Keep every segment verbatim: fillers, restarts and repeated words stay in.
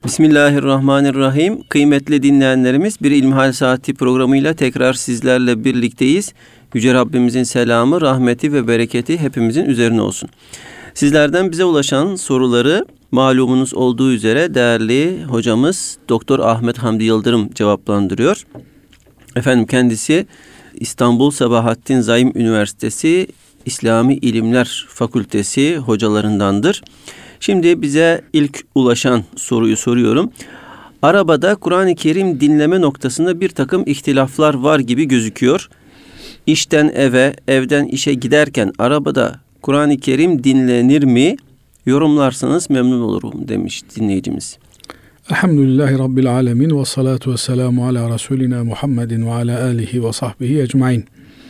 Bismillahirrahmanirrahim. Kıymetli dinleyenlerimiz, bir İlmihal Saati programıyla tekrar sizlerle birlikteyiz. Yüce Rabbimizin selamı, rahmeti ve bereketi hepimizin üzerine olsun. Sizlerden bize ulaşan soruları malumunuz olduğu üzere değerli hocamız Doktor Ahmet Hamdi Yıldırım cevaplandırıyor. Efendim kendisi İstanbul Sabahattin Zaim Üniversitesi İslami İlimler Fakültesi hocalarındandır. Şimdi bize ilk ulaşan soruyu soruyorum. Arabada Kur'an-ı Kerim dinleme noktasında bir takım ihtilaflar var gibi gözüküyor. İşten eve, evden işe giderken arabada Kur'an-ı Kerim dinlenir mi? Yorumlarsanız memnun olurum demiş dinleyicimiz. Elhamdülillahi Rabbil alemin ve salatu ve selamu ala Resulina Muhammedin ve ala alihi ve sahbihi ecmain.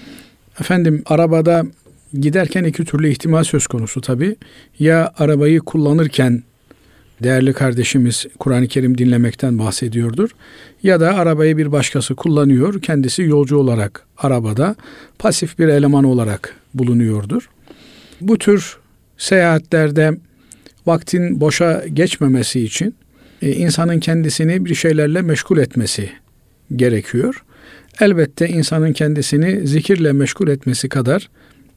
Efendim arabada giderken iki türlü ihtimal söz konusu tabii. Ya arabayı kullanırken değerli kardeşimiz Kur'an-ı Kerim dinlemekten bahsediyordur. Ya da arabayı bir başkası kullanıyor, kendisi yolcu olarak arabada pasif bir eleman olarak bulunuyordur. Bu tür seyahatlerde vaktin boşa geçmemesi için e, insanın kendisini bir şeylerle meşgul etmesi gerekiyor. Elbette insanın kendisini zikirle meşgul etmesi kadar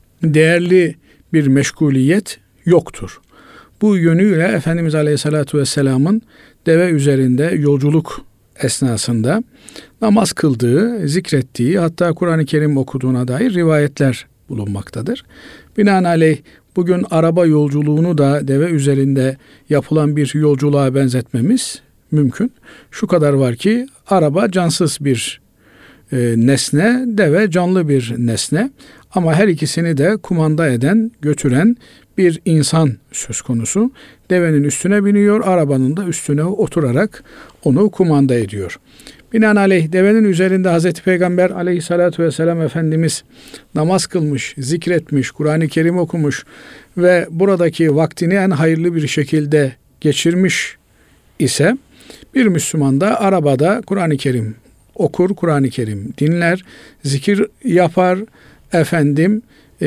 değerli bir meşguliyet yoktur. Bu yönüyle Efendimiz Aleyhisselatü Vesselam'ın deve üzerinde yolculuk esnasında namaz kıldığı, zikrettiği, hatta Kur'an-ı Kerim okuduğuna dair rivayetler bulunmaktadır. Binaenaleyh bugün araba yolculuğunu da deve üzerinde yapılan bir yolculuğa benzetmemiz mümkün. Şu kadar var ki araba cansız bir e, nesne, deve canlı bir nesne. Ama her ikisini de kumanda eden, götüren bir insan söz konusu. Devenin üstüne biniyor, arabanın da üstüne oturarak onu kumanda ediyor. Binaenaleyh devenin üzerinde Hazreti Peygamber aleyhissalatü vesselam Efendimiz namaz kılmış, zikretmiş, Kur'an-ı Kerim okumuş ve buradaki vaktini en hayırlı bir şekilde geçirmiş ise bir Müslüman da arabada Kur'an-ı Kerim okur, Kur'an-ı Kerim dinler, zikir yapar, efendim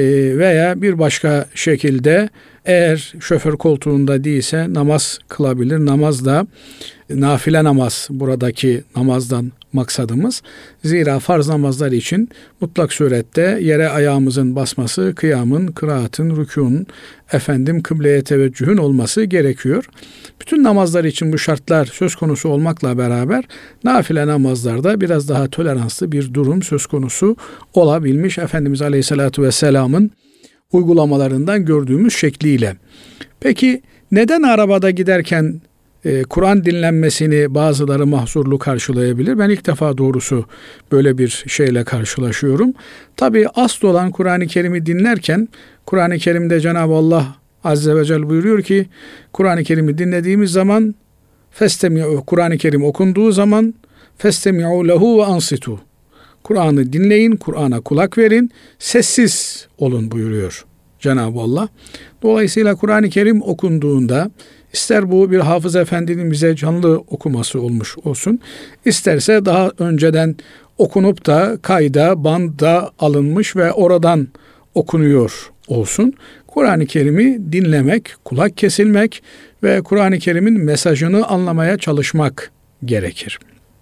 veya bir başka şekilde eğer şoför koltuğunda değilse namaz kılabilir. Namaz da nafile namaz, buradaki namazdan maksadımız. Zira farz namazlar için mutlak surette yere ayağımızın basması, kıyamın, kıraatın, rükûnun, efendim kıbleye teveccühün olması gerekiyor. Bütün namazlar için bu şartlar söz konusu olmakla beraber nafile namazlarda biraz daha toleranslı bir durum söz konusu olabilmiş Efendimiz Aleyhisselatü Vesselam'ın uygulamalarından gördüğümüz şekliyle. Peki neden arabada giderken e, Kur'an dinlenmesini bazıları mahzurlu karşılayabilir? Ben ilk defa doğrusu böyle bir şeyle karşılaşıyorum. Tabii asıl olan Kur'an-ı Kerim'i dinlerken Kur'an-ı Kerim'de Cenab-ı Allah Azze ve Celle buyuruyor ki Kur'an-ı Kerim'i dinlediğimiz zaman festemi'u, Kur'an-ı Kerim okunduğu zaman festemi'u lehu ve ansitu. Kur'an'ı dinleyin, Kur'an'a kulak verin, sessiz olun buyuruyor Cenab-ı Allah. Dolayısıyla Kur'an-ı Kerim okunduğunda ister bu bir Hafız Efendi'nin bize canlı okuması olmuş olsun, isterse daha önceden okunup da kayda, banda alınmış ve oradan okunuyor olsun. Kur'an-ı Kerim'i dinlemek, kulak kesilmek ve Kur'an-ı Kerim'in mesajını anlamaya çalışmak gerekir.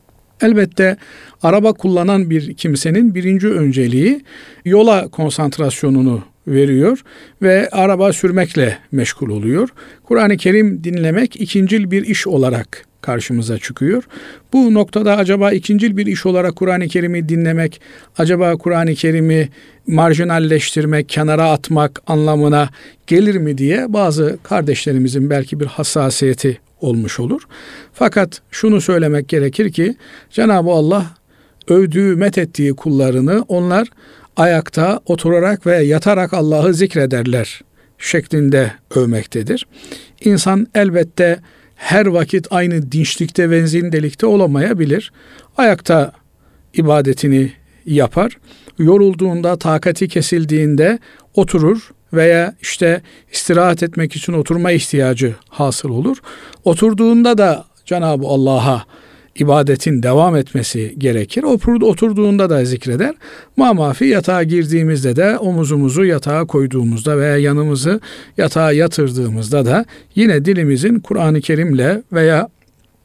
Elbette araba kullanan bir kimsenin birinci önceliği yola konsantrasyonunu veriyor ve araba sürmekle meşgul oluyor. Kur'an-ı Kerim dinlemek ikincil bir iş olarak karşımıza çıkıyor. Bu noktada acaba ikincil bir iş olarak Kur'an-ı Kerim'i dinlemek, acaba Kur'an-ı Kerim'i marjinalleştirmek, kenara atmak anlamına gelir mi diye bazı kardeşlerimizin belki bir hassasiyeti olmuş olur. Fakat şunu söylemek gerekir ki Cenab-ı Allah övdüğü, methettiği kullarını onlar ayakta, oturarak ve yatarak Allah'ı zikrederler şeklinde övmektedir. İnsan elbette her vakit aynı dinçlikte ve zindelikte olamayabilir. Ayakta ibadetini yapar. Yorulduğunda, takati kesildiğinde oturur veya işte istirahat etmek için oturma ihtiyacı hasıl olur. Oturduğunda da Cenab-ı Allah'a ibadetin devam etmesi gerekir. Oturduğunda da zikreder. Mamafi yatağa girdiğimizde de omuzumuzu yatağa koyduğumuzda veya yanımızı yatağa yatırdığımızda da yine dilimizin Kur'an-ı Kerim'le veya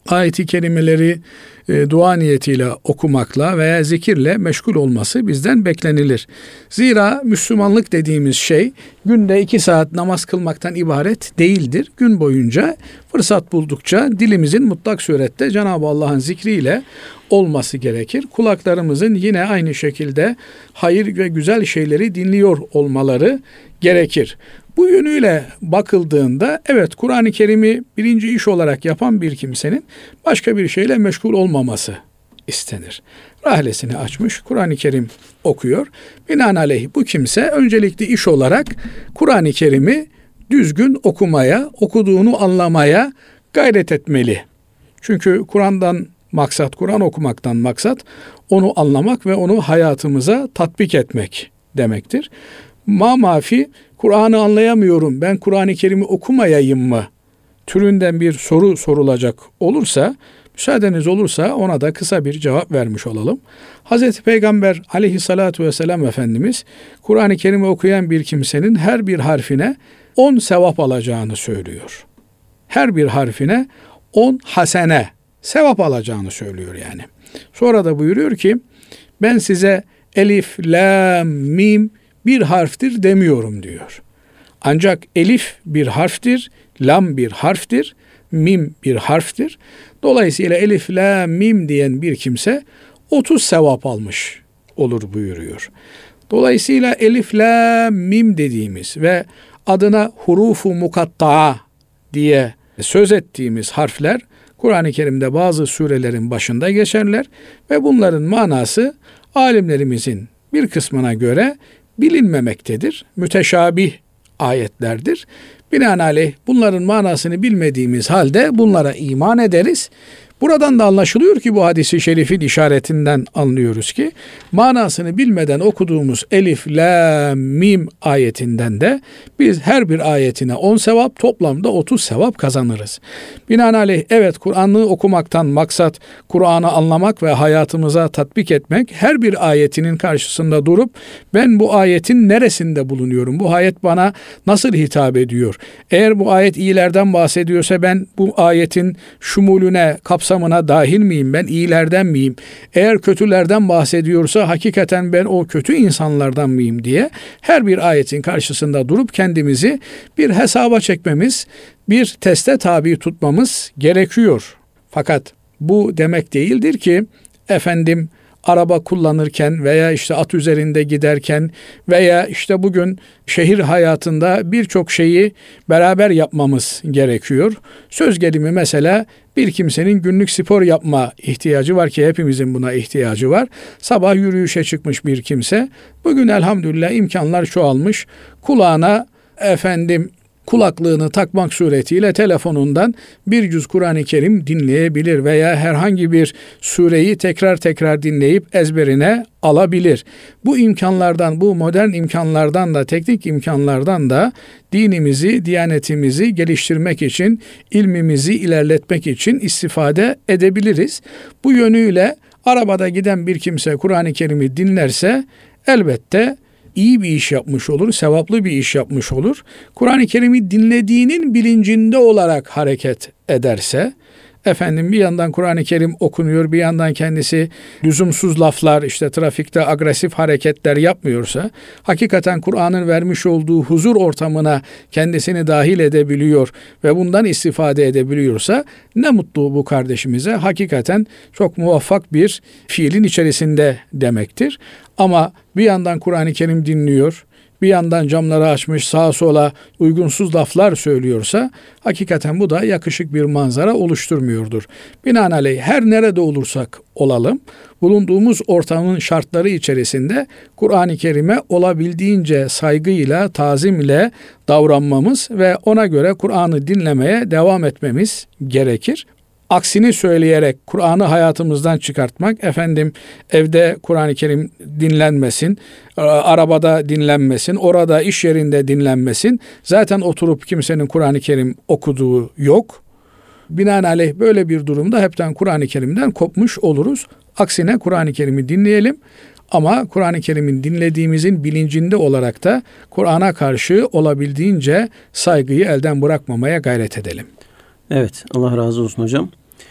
ayet-i kerimeleri e, dua niyetiyle okumakla veya zikirle meşgul olması bizden beklenilir. Zira Müslümanlık dediğimiz şey günde iki saat namaz kılmaktan ibaret değildir. Gün boyunca fırsat buldukça dilimizin mutlak surette Cenab-ı Allah'ın zikriyle olması gerekir. Kulaklarımızın yine aynı şekilde hayır ve güzel şeyleri dinliyor olmaları gerekir. Bu yönüyle bakıldığında evet Kur'an-ı Kerim'i birinci iş olarak yapan bir kimsenin başka bir şeyle meşgul olmaması istenir. Rahlesini açmış Kur'an-ı Kerim okuyor. Binaenaleyh bu kimse öncelikli iş olarak Kur'an-ı Kerim'i düzgün okumaya, okuduğunu anlamaya gayret etmeli. Çünkü Kur'an'dan maksat, Kur'an okumaktan maksat onu anlamak ve onu hayatımıza tatbik etmek demektir. Ma mafi Kur'an'ı anlayamıyorum, ben Kur'an-ı Kerim'i okumayayım mı türünden bir soru sorulacak olursa, müsaadeniz olursa ona da kısa bir cevap vermiş olalım. Hazreti Peygamber aleyhissalatu vesselam Efendimiz Kur'an-ı Kerim'i okuyan bir kimsenin her bir harfine on sevap alacağını söylüyor. Her bir harfine on hasene sevap alacağını söylüyor yani. Sonra da buyuruyor ki ben size elif, lam, mim bir harftir demiyorum diyor. Ancak elif bir harftir, lam bir harftir, mim bir harftir. Dolayısıyla elif, lam, mim diyen bir kimse otuz sevap almış olur buyuruyor. Dolayısıyla elif, lam, mim dediğimiz ve adına hurufu mukatta'a diye söz ettiğimiz harfler Kur'an-ı Kerim'de bazı surelerin başında geçerler ve bunların manası alimlerimizin bir kısmına göre bilinmemektedir. Müteşabih ayetlerdir. Binaenaleyh bunların manasını bilmediğimiz halde bunlara iman ederiz. Buradan da anlaşılıyor ki bu hadisi şerifin işaretinden anlıyoruz ki manasını bilmeden okuduğumuz elif, la, mim ayetinden de biz her bir ayetine on sevap, toplamda otuz sevap kazanırız. Binaenaleyh evet Kur'an'ı okumaktan maksat Kur'an'ı anlamak ve hayatımıza tatbik etmek, her bir ayetinin karşısında durup ben bu ayetin neresinde bulunuyorum? Bu ayet bana nasıl hitap ediyor? Eğer bu ayet iyilerden bahsediyorsa ben bu ayetin şumulüne, kapsamına dahil miyim? Ben iyilerden miyim? Eğer kötülerden bahsediyorsa hakikaten ben o kötü insanlardan mıyım diye her bir ayetin karşısında durup kendimizi bir hesaba çekmemiz, bir teste tabi tutmamız gerekiyor. Fakat bu demek değildir ki efendim araba kullanırken veya işte at üzerinde giderken veya işte bugün şehir hayatında birçok şeyi beraber yapmamız gerekiyor. Söz gelimi mesela bir kimsenin günlük spor yapma ihtiyacı var ki hepimizin buna ihtiyacı var. Sabah yürüyüşe çıkmış bir kimse bugün elhamdülillah imkanlar çoğalmış. Kulağına efendim kulaklığını takmak suretiyle telefonundan bir cüz Kur'an-ı Kerim dinleyebilir veya herhangi bir sureyi tekrar tekrar dinleyip ezberine alabilir. Bu imkanlardan, bu modern imkanlardan da, teknik imkanlardan da dinimizi, diyanetimizi geliştirmek için, ilmimizi ilerletmek için istifade edebiliriz. Bu yönüyle arabada giden bir kimse Kur'an-ı Kerim'i dinlerse elbette iyi bir iş yapmış olur, sevaplı bir iş yapmış olur. Kur'an-ı Kerim'i dinlediğinin bilincinde olarak hareket ederse, efendim bir yandan Kur'an-ı Kerim okunuyor, bir yandan kendisi lüzumsuz laflar, işte trafikte agresif hareketler yapmıyorsa, hakikaten Kur'an'ın vermiş olduğu huzur ortamına kendisini dahil edebiliyor ve bundan istifade edebiliyorsa, ne mutlu bu kardeşimize, hakikaten çok muvaffak bir fiilin içerisinde demektir. Ama bir yandan Kur'an-ı Kerim dinliyor, bir yandan camları açmış sağa sola uygunsuz laflar söylüyorsa hakikaten bu da yakışık bir manzara oluşturmuyordur. Binaenaleyh her nerede olursak olalım bulunduğumuz ortamın şartları içerisinde Kur'an-ı Kerim'e olabildiğince saygıyla, tazimle davranmamız ve ona göre Kur'an'ı dinlemeye devam etmemiz gerekir. Aksini söyleyerek Kur'an'ı hayatımızdan çıkartmak, efendim evde Kur'an-ı Kerim dinlenmesin, arabada dinlenmesin, orada iş yerinde dinlenmesin. Zaten oturup kimsenin Kur'an-ı Kerim okuduğu yok. Binaenaleyh böyle bir durumda hepten Kur'an-ı Kerim'den kopmuş oluruz. Aksine Kur'an-ı Kerim'i dinleyelim. Ama Kur'an-ı Kerim'in dinlediğimizin bilincinde olarak da Kur'an'a karşı olabildiğince saygıyı elden bırakmamaya gayret edelim. Evet, Allah razı olsun hocam.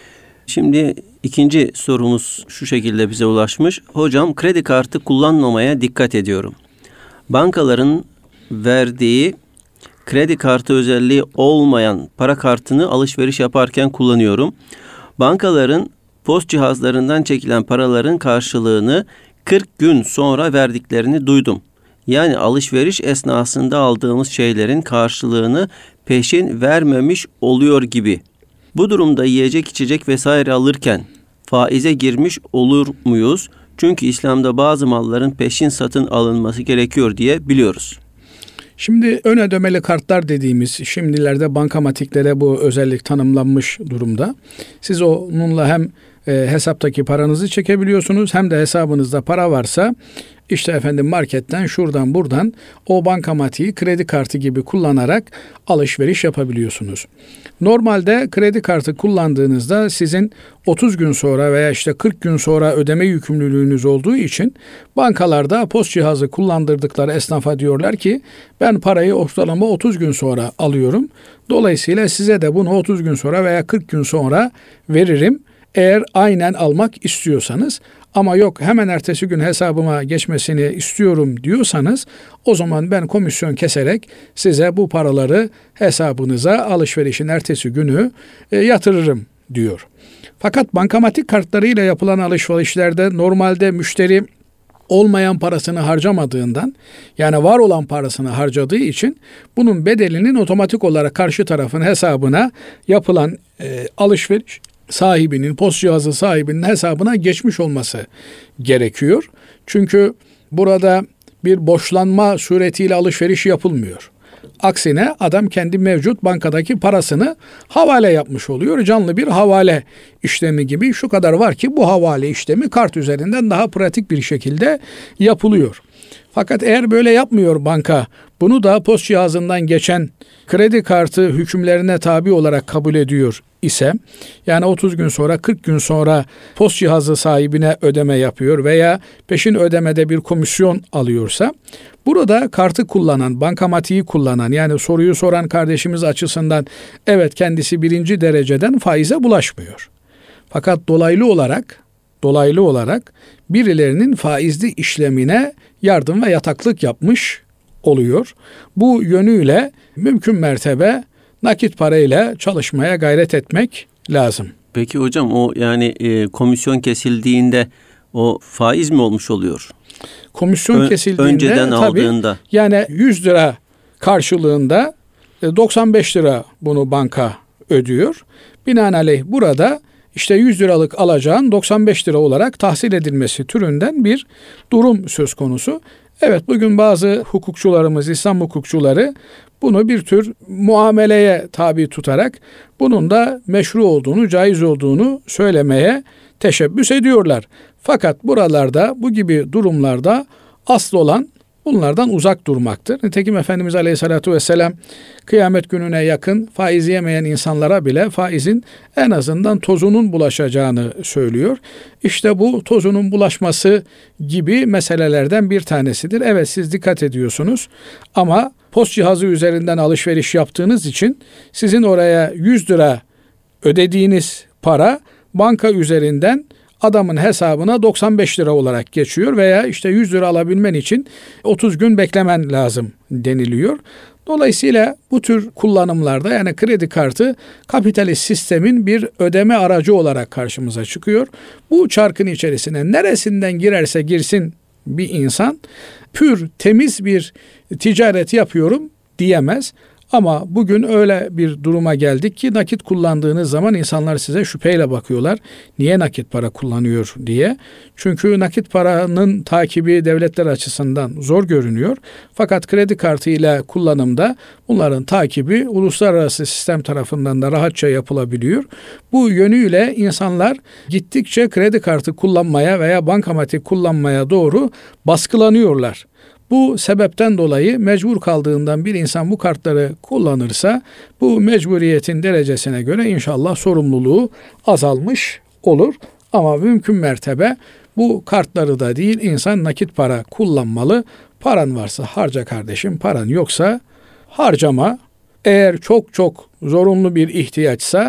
Şimdi ikinci sorumuz şu şekilde bize ulaşmış. Hocam, kredi kartı kullanmamaya dikkat ediyorum. Bankaların verdiği kredi kartı özelliği olmayan para kartını alışveriş yaparken kullanıyorum. Bankaların post cihazlarından çekilen paraların karşılığını kırk gün sonra verdiklerini duydum. Yani alışveriş esnasında aldığımız şeylerin karşılığını peşin vermemiş oluyor gibi. Bu durumda yiyecek içecek vesaire alırken faize girmiş olur muyuz? Çünkü İslam'da bazı malların peşin satın alınması gerekiyor diye biliyoruz. Şimdi ön ödemeli kartlar dediğimiz, şimdilerde bankamatiklere bu özellik tanımlanmış durumda. Siz onunla hem e, hesaptaki paranızı çekebiliyorsunuz, hem de hesabınızda para varsa işte efendim marketten şuradan buradan o bankamatiği kredi kartı gibi kullanarak alışveriş yapabiliyorsunuz. Normalde kredi kartı kullandığınızda sizin otuz gün sonra veya işte kırk gün sonra ödeme yükümlülüğünüz olduğu için bankalarda post cihazı kullandırdıkları esnafa diyorlar ki ben parayı ortalama otuz gün sonra alıyorum. Dolayısıyla size de bunu otuz gün sonra veya kırk gün sonra veririm. Eğer aynen almak istiyorsanız, ama yok hemen ertesi gün hesabıma geçmesini istiyorum diyorsanız o zaman ben komisyon keserek size bu paraları hesabınıza alışverişin ertesi günü e, yatırırım diyor. Fakat bankamatik kartlarıyla yapılan alışverişlerde normalde müşteri olmayan parasını harcamadığından, yani var olan parasını harcadığı için bunun bedelinin otomatik olarak karşı tarafın hesabına yapılan e, alışveriş sahibinin, post cihazı sahibinin hesabına geçmiş olması gerekiyor. Çünkü burada bir borçlanma suretiyle alışveriş yapılmıyor. Aksine adam kendi mevcut bankadaki parasını havale yapmış oluyor. Canlı bir havale işlemi gibi. Şu kadar var ki bu havale işlemi kart üzerinden daha pratik bir şekilde yapılıyor. Fakat eğer böyle yapmıyor banka, bunu da post cihazından geçen kredi kartı hükümlerine tabi olarak kabul ediyor ise, yani otuz gün sonra kırk gün sonra post cihazı sahibine ödeme yapıyor veya peşin ödemede bir komisyon alıyorsa, burada kartı kullanan, bankamatiği kullanan, yani soruyu soran kardeşimiz açısından evet kendisi birinci dereceden faize bulaşmıyor. Fakat dolaylı olarak dolaylı olarak birilerinin faizli işlemine yardım ve yataklık yapmış oluyor. Bu yönüyle mümkün mertebe nakit parayla çalışmaya gayret etmek lazım. Peki hocam, o yani e, komisyon kesildiğinde o faiz mi olmuş oluyor? Komisyon Ö- kesildiğinde önceden tabii, aldığında. Yani yüz lira karşılığında doksan beş lira bunu banka ödüyor. Binaenaleyh burada işte yüz liralık alacağın doksan beş lira olarak tahsil edilmesi türünden bir durum söz konusu. Evet, bugün bazı hukukçularımız, İslam hukukçuları bunu bir tür muameleye tabi tutarak bunun da meşru olduğunu, caiz olduğunu söylemeye teşebbüs ediyorlar. Fakat buralarda, bu gibi durumlarda asıl olan bunlardan uzak durmaktır. Nitekim Efendimiz Aleyhisselatü Vesselam kıyamet gününe yakın faiz yemeyen insanlara bile faizin en azından tozunun bulaşacağını söylüyor. İşte bu tozunun bulaşması gibi meselelerden bir tanesidir. Evet, siz dikkat ediyorsunuz ama post cihazı üzerinden alışveriş yaptığınız için sizin oraya yüz lira ödediğiniz para banka üzerinden adamın hesabına doksan beş lira olarak geçiyor veya işte yüz lira alabilmen için otuz gün beklemen lazım deniliyor. Dolayısıyla bu tür kullanımlarda, yani kredi kartı kapitalist sistemin bir ödeme aracı olarak karşımıza çıkıyor. Bu çarkın içerisine neresinden girerse girsin bir insan pür temiz bir ticaret yapıyorum diyemez. Ama bugün öyle bir duruma geldik ki nakit kullandığınız zaman insanlar size şüpheyle bakıyorlar. Niye nakit para kullanıyor diye. Çünkü nakit paranın takibi devletler açısından zor görünüyor. Fakat kredi kartı ile kullanımda bunların takibi uluslararası sistem tarafından da rahatça yapılabiliyor. Bu yönüyle insanlar gittikçe kredi kartı kullanmaya veya bankamatik kullanmaya doğru baskılanıyorlar. Bu sebepten dolayı mecbur kaldığından bir insan bu kartları kullanırsa bu mecburiyetin derecesine göre inşallah sorumluluğu azalmış olur. Ama mümkün mertebe bu kartları da değil, insan nakit para kullanmalı. Paran varsa harca kardeşim, paran yoksa harcama. Eğer çok çok zorunlu bir ihtiyaçsa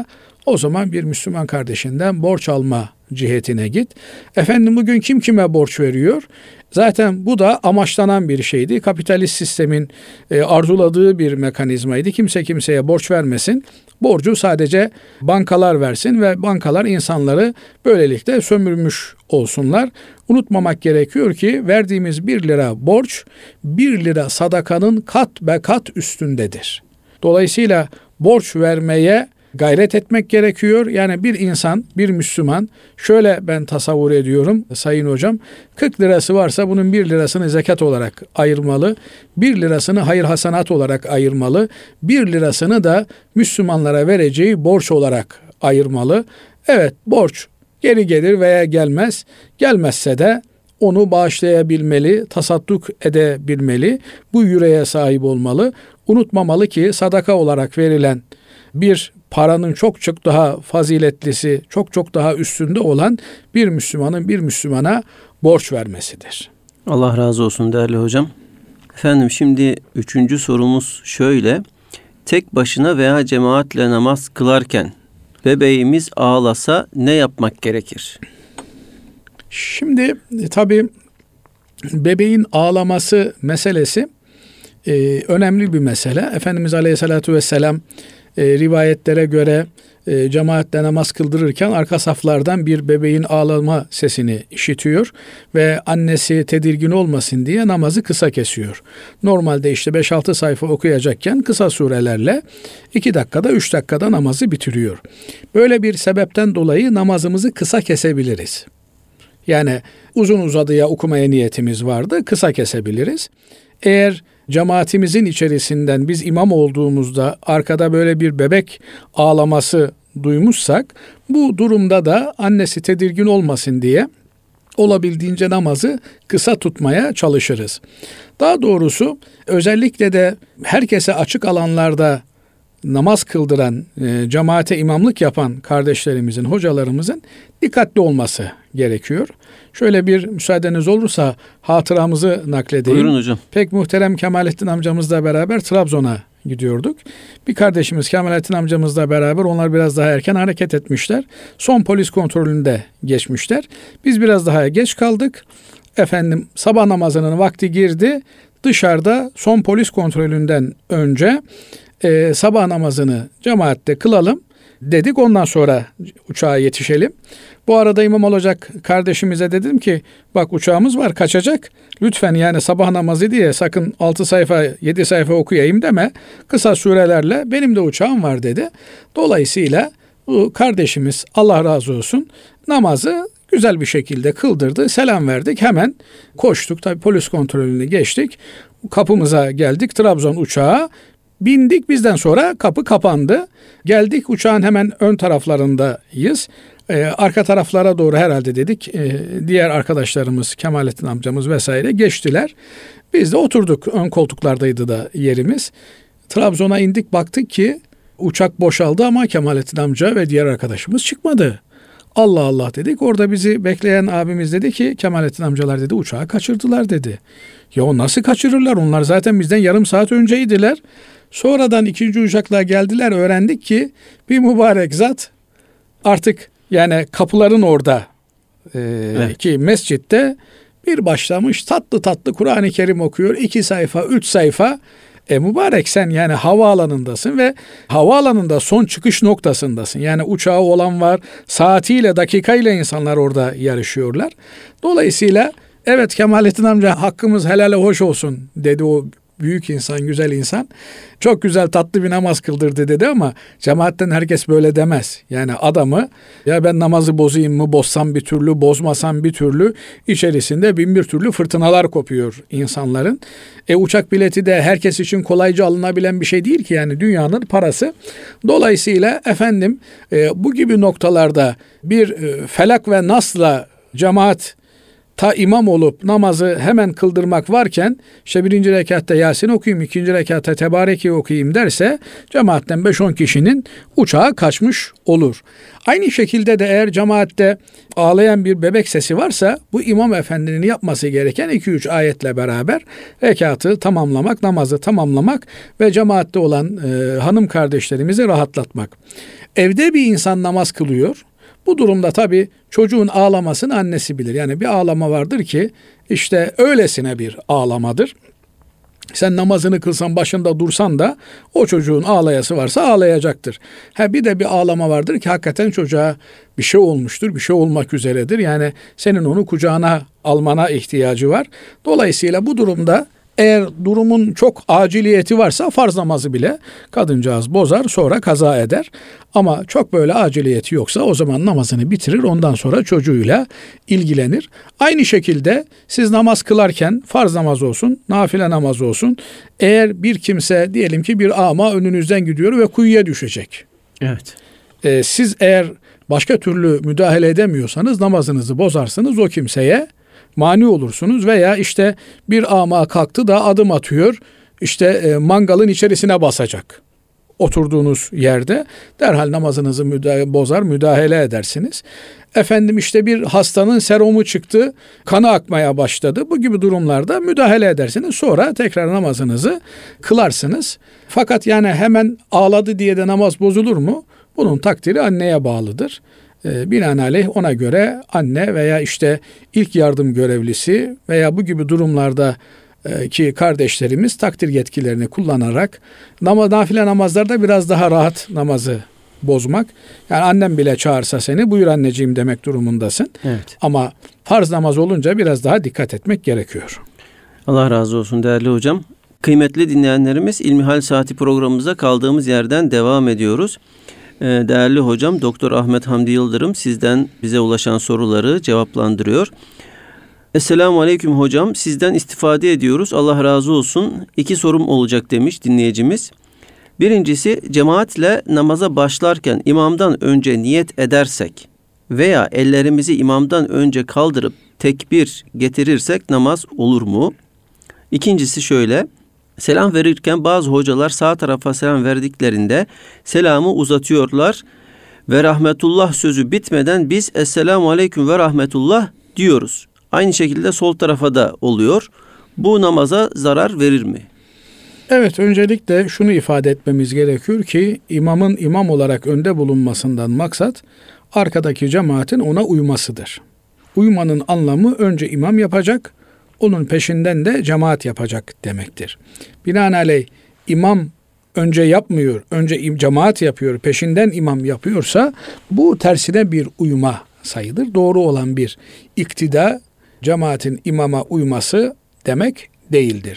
O zaman bir Müslüman kardeşinden borç alma cihetine git. Efendim bugün kim kime borç veriyor? Zaten bu da amaçlanan bir şeydi. Kapitalist sistemin e, arzuladığı bir mekanizmaydı. Kimse kimseye borç vermesin. Borcu sadece bankalar versin ve bankalar insanları böylelikle sömürmüş olsunlar. Unutmamak gerekiyor ki verdiğimiz bir lira borç bir lira sadakanın kat be kat üstündedir. Dolayısıyla borç vermeye gayret etmek gerekiyor. Yani bir insan, bir Müslüman şöyle ben tasavvur ediyorum sayın hocam. kırk lirası varsa bunun bir lirasını zekat olarak ayırmalı. bir lirasını hayır hasenat olarak ayırmalı. bir lirasını da Müslümanlara vereceği borç olarak ayırmalı. Evet, borç geri gelir veya gelmez. Gelmezse de onu bağışlayabilmeli, tasadduk edebilmeli. Bu yüreğe sahip olmalı. Unutmamalı ki sadaka olarak verilen bir paranın çok çok daha faziletlisi, çok çok daha üstünde olan bir Müslümanın bir Müslümana borç vermesidir. Allah razı olsun değerli hocam. Efendim şimdi üçüncü sorumuz şöyle. Tek başına veya cemaatle namaz kılarken bebeğimiz ağlasa ne yapmak gerekir? Şimdi e, tabii bebeğin ağlaması meselesi e, önemli bir mesele. Efendimiz Aleyhisselatü Vesselam e, rivayetlere göre e, cemaatle namaz kıldırırken arka saflardan bir bebeğin ağlama sesini işitiyor ve annesi tedirgin olmasın diye namazı kısa kesiyor. Normalde işte beş altı sayfa okuyacakken kısa surelerle iki dakikada üç dakikada namazı bitiriyor. Böyle bir sebepten dolayı namazımızı kısa kesebiliriz. Yani uzun uzadıya okumaya niyetimiz vardı, kısa kesebiliriz. Eğer cemaatimizin içerisinden biz imam olduğumuzda arkada böyle bir bebek ağlaması duymuşsak, bu durumda da annesi tedirgin olmasın diye olabildiğince namazı kısa tutmaya çalışırız. Daha doğrusu özellikle de herkese açık alanlarda namaz kıldıran, e, cemaate imamlık yapan kardeşlerimizin, hocalarımızın dikkatli olması gerekiyor. Şöyle bir müsaadeniz olursa hatıramızı nakledeyim. Buyurun hocam. Pek muhterem Kemalettin amcamızla beraber Trabzon'a gidiyorduk. Bir kardeşimiz Kemalettin amcamızla beraber onlar biraz daha erken hareket etmişler. Son polis kontrolünde geçmişler. Biz biraz daha geç kaldık. Efendim sabah namazının vakti girdi. Dışarıda son polis kontrolünden önce e, sabah namazını cemaatte kılalım dedik. Ondan sonra uçağa yetişelim. Bu arada imam olacak kardeşimize dedim ki bak uçağımız var kaçacak. Lütfen yani sabah namazı diye sakın altı sayfa yedi sayfa okuyayım deme. Kısa surelerle benim de uçağım var dedi. Dolayısıyla bu kardeşimiz Allah razı olsun namazı güzel bir şekilde kıldırdı. Selam verdik hemen koştuk. Tabii polis kontrolünü geçtik. Kapımıza geldik Trabzon uçağı. Bindik bizden sonra kapı kapandı. Geldik uçağın hemen ön taraflarındayız. Ee, arka taraflara doğru herhalde dedik. Ee, diğer arkadaşlarımız Kemalettin amcamız vesaire geçtiler. Biz de oturduk. Ön koltuklardaydı da yerimiz. Trabzon'a indik baktık ki uçak boşaldı ama Kemalettin amca ve diğer arkadaşımız çıkmadı. Allah Allah dedik. Orada bizi bekleyen abimiz dedi ki Kemalettin amcalar dedi uçağı kaçırdılar dedi. Ya nasıl kaçırırlar? Onlar zaten bizden yarım saat önceydiler. Sonradan ikinci uçakla geldiler. Öğrendik ki bir mübarek zat artık yani kapıların orada e, evet. ki mescitte bir başlamış tatlı tatlı Kur'an-ı Kerim okuyor. iki sayfa, üç sayfa. E mübarek sen yani havaalanındasın ve havaalanında son çıkış noktasındasın. Yani uçağı olan var, saatiyle, dakikayla insanlar orada yarışıyorlar. Dolayısıyla evet Kemalettin amca hakkımız helale hoş olsun dedi o büyük insan, güzel insan. Çok güzel tatlı bir namaz kıldırdı dedi ama cemaatten herkes böyle demez. Yani adamı ya ben namazı bozayım mı, bozsam bir türlü, bozmasam bir türlü içerisinde bin bir türlü fırtınalar kopuyor insanların. E uçak bileti de herkes için kolayca alınabilen bir şey değil ki yani dünyanın parası. Dolayısıyla efendim e, bu gibi noktalarda bir e, felak ve nasla cemaat ta imam olup namazı hemen kıldırmak varken işte birinci rekatta Yasin okuyayım, ikinci rekatta Tebareke okuyayım derse cemaatten beş on kişinin uçağı kaçmış olur. Aynı şekilde de eğer cemaatte ağlayan bir bebek sesi varsa bu imam efendinin yapması gereken iki üç ayetle beraber rekatı tamamlamak, namazı tamamlamak ve cemaatte olan e, hanım kardeşlerimizi rahatlatmak. Evde bir insan namaz kılıyor. Bu durumda tabii çocuğun ağlamasını annesi bilir. Yani bir ağlama vardır ki işte öylesine bir ağlamadır. Sen namazını kılsan başında dursan da o çocuğun ağlayası varsa ağlayacaktır. Ha bir de bir ağlama vardır ki hakikaten çocuğa bir şey olmuştur, bir şey olmak üzeredir. Yani senin onu kucağına almana ihtiyacı var. Dolayısıyla bu durumda eğer durumun çok aciliyeti varsa farz namazı bile kadıncağız bozar, sonra kaza eder. Ama çok böyle aciliyeti yoksa o zaman namazını bitirir, ondan sonra çocuğuyla ilgilenir. Aynı şekilde siz namaz kılarken farz namaz olsun, nafile namaz olsun. Eğer bir kimse diyelim ki bir ama önünüzden gidiyor ve kuyuya düşecek. Evet. Ee, siz eğer başka türlü müdahale edemiyorsanız namazınızı bozarsınız, o kimseye mani olursunuz veya işte bir ama kalktı da adım atıyor, işte e, mangalın içerisine basacak oturduğunuz yerde, derhal namazınızı müdahale, bozar, müdahale edersiniz. Efendim işte bir hastanın serumu çıktı, kanı akmaya başladı. Bu gibi durumlarda müdahale edersiniz. Sonra tekrar namazınızı kılarsınız. Fakat yani hemen ağladı diye de namaz bozulur mu? Bunun takdiri anneye bağlıdır. Binaenaleyh ona göre anne veya işte ilk yardım görevlisi veya bu gibi durumlarda ki kardeşlerimiz takdir yetkilerini kullanarak namaz, nafile namazlarda biraz daha rahat namazı bozmak. Yani annem bile çağırsa seni buyur anneciğim demek durumundasın. Evet. Ama farz namaz olunca biraz daha dikkat etmek gerekiyor. Allah razı olsun değerli hocam. Kıymetli dinleyenlerimiz, İlmihal Saati programımıza kaldığımız yerden devam ediyoruz. Değerli hocam Doktor Ahmet Hamdi Yıldırım sizden bize ulaşan soruları cevaplandırıyor. Esselamu Aleyküm hocam, sizden istifade ediyoruz. Allah razı olsun. İki sorum olacak demiş dinleyicimiz. Birincisi, cemaatle namaza başlarken imamdan önce niyet edersek veya ellerimizi imamdan önce kaldırıp tekbir getirirsek namaz olur mu? İkincisi şöyle. Selam verirken bazı hocalar sağ tarafa selam verdiklerinde selamı uzatıyorlar ve rahmetullah sözü bitmeden biz esselamu aleyküm ve rahmetullah diyoruz. Aynı şekilde sol tarafa da oluyor. Bu namaza zarar verir mi? Evet, öncelikle şunu ifade etmemiz gerekiyor ki imamın imam olarak önde bulunmasından maksat arkadaki cemaatin ona uymasıdır. Uymanın anlamı önce imam yapacak, onun peşinden de cemaat yapacak demektir. Binaenaleyh imam önce yapmıyor, önce cemaat yapıyor, peşinden imam yapıyorsa bu tersine bir uyma sayılır. Doğru olan bir iktida, cemaatin imama uyması demek değildir.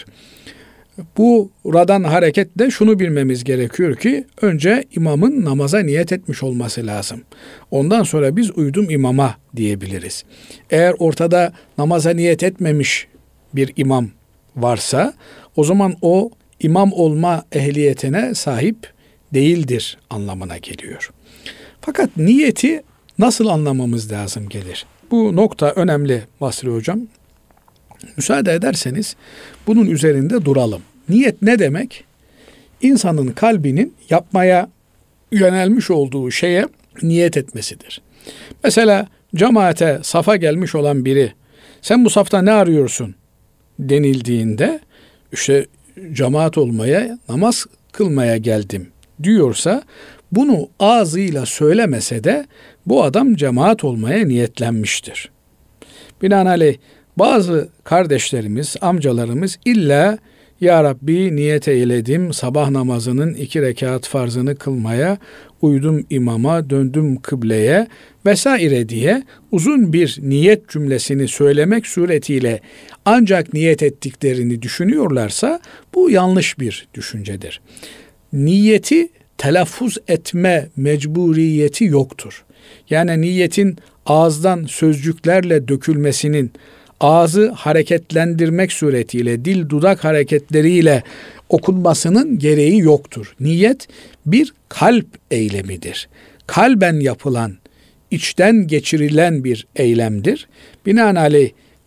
Bu radan hareketle şunu bilmemiz gerekiyor ki önce imamın namaza niyet etmiş olması lazım. Ondan sonra biz uydum imama diyebiliriz. Eğer ortada namaza niyet etmemiş bir imam varsa o zaman o imam olma ehliyetine sahip değildir anlamına geliyor. Fakat niyeti nasıl anlamamız lazım gelir? Bu nokta önemli Basri Hocam. Müsaade ederseniz bunun üzerinde duralım. Niyet ne demek? İnsanın kalbinin yapmaya yönelmiş olduğu şeye niyet etmesidir. Mesela cemaate, safa gelmiş olan biri, sen bu safta ne arıyorsun denildiğinde, işte cemaat olmaya, namaz kılmaya geldim diyorsa, bunu ağzıyla söylemese de bu adam cemaat olmaya niyetlenmiştir. Binaenaleyh bazı kardeşlerimiz, amcalarımız illa ya Rabbi niyet eyledim sabah namazının iki rekat farzını kılmaya, uydum imama, döndüm kıbleye vesaire diye uzun bir niyet cümlesini söylemek suretiyle ancak niyet ettiklerini düşünüyorlarsa bu yanlış bir düşüncedir. Niyeti telaffuz etme mecburiyeti yoktur. Yani niyetin ağızdan sözcüklerle dökülmesinin, ağzı hareketlendirmek suretiyle, dil dudak hareketleriyle okunmasının gereği yoktur. Niyet bir kalp eylemidir. Kalben yapılan, içten geçirilen bir eylemdir. Binaenaleyh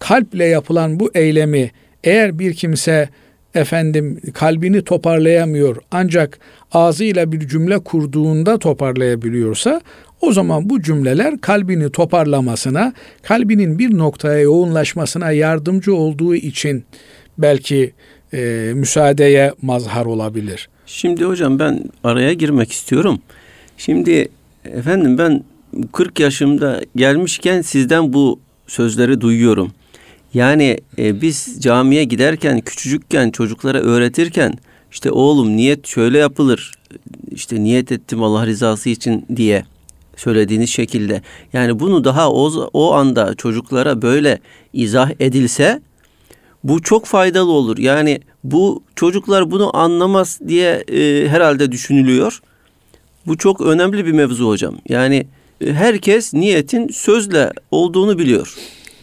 kalple yapılan bu eylemi eğer bir kimse efendim kalbini toparlayamıyor ancak ağzıyla bir cümle kurduğunda toparlayabiliyorsa o zaman bu cümleler kalbini toparlamasına, kalbinin bir noktaya yoğunlaşmasına yardımcı olduğu için belki e, müsaadeye mazhar olabilir. Şimdi hocam ben araya girmek istiyorum. Şimdi efendim ben kırk yaşımda gelmişken sizden bu sözleri duyuyorum. Yani e, biz camiye giderken küçücükken çocuklara öğretirken işte oğlum niyet şöyle yapılır. İşte niyet ettim Allah rızası için diye söylediğiniz şekilde. Yani bunu daha o, o anda çocuklara böyle izah edilse bu çok faydalı olur. Yani bu çocuklar bunu anlamaz diye e, herhalde düşünülüyor. Bu çok önemli bir mevzu hocam. Yani e, herkes niyetin sözle olduğunu biliyor.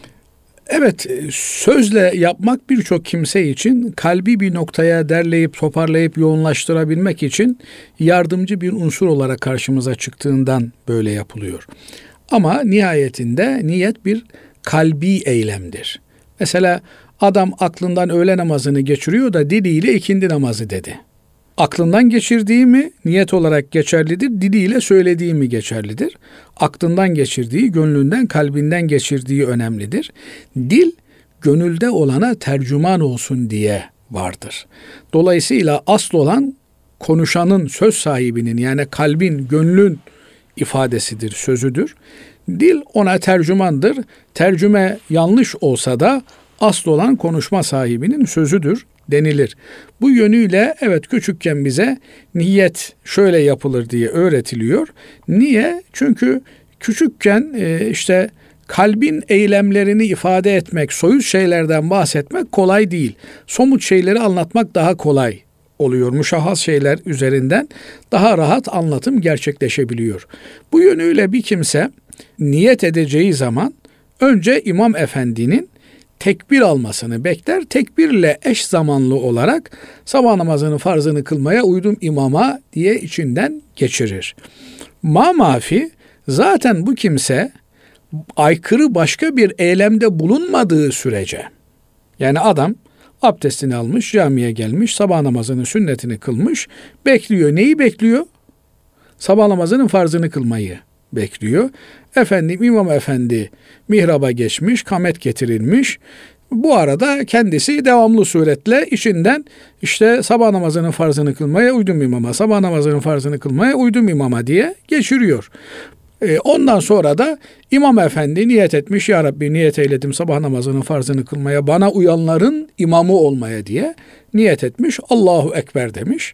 Evet, sözle yapmak birçok kimse için kalbi bir noktaya derleyip toparlayıp yoğunlaştırabilmek için yardımcı bir unsur olarak karşımıza çıktığından böyle yapılıyor. Ama nihayetinde niyet bir kalbi eylemdir. Mesela adam aklından öğle namazını geçiriyor da diliyle ikindi namazı dedi. Aklından geçirdiği mi niyet olarak geçerlidir, diliyle söylediği mi geçerlidir? Aklından geçirdiği, gönlünden, kalbinden geçirdiği önemlidir. Dil, gönülde olana tercüman olsun diye vardır. Dolayısıyla asıl olan konuşanın, söz sahibinin yani kalbin, gönlün ifadesidir, sözüdür. Dil ona tercümandır. Tercüme yanlış olsa da asıl olan konuşma sahibinin sözüdür denilir. Bu yönüyle evet küçükken bize niyet şöyle yapılır diye öğretiliyor. Niye? Çünkü küçükken e, işte kalbin eylemlerini ifade etmek, soyut şeylerden bahsetmek kolay değil. Somut şeyleri anlatmak daha kolay oluyor. Müşahhas şeyler üzerinden daha rahat anlatım gerçekleşebiliyor. Bu yönüyle bir kimse niyet edeceği zaman önce İmam Efendi'nin tekbir almasını bekler. Tekbirle eş zamanlı olarak sabah namazının farzını kılmaya uydum imama diye içinden geçirir. Ma mafi zaten bu kimse aykırı başka bir eylemde bulunmadığı sürece yani adam abdestini almış, camiye gelmiş, sabah namazının sünnetini kılmış, bekliyor. Neyi bekliyor? Sabah namazının farzını kılmayı bekliyor. Efendim İmam Efendi mihraba geçmiş, kamet getirilmiş. Bu arada kendisi devamlı suretle içinden işte sabah namazının farzını kılmaya uydum imama, sabah namazının farzını kılmaya uydum imama diye geçiriyor. Ondan sonra da İmam Efendi niyet etmiş, ya Rabbi niyet eyledim sabah namazının farzını kılmaya, bana uyanların imamı olmaya diye niyet etmiş, Allahu Ekber demiş.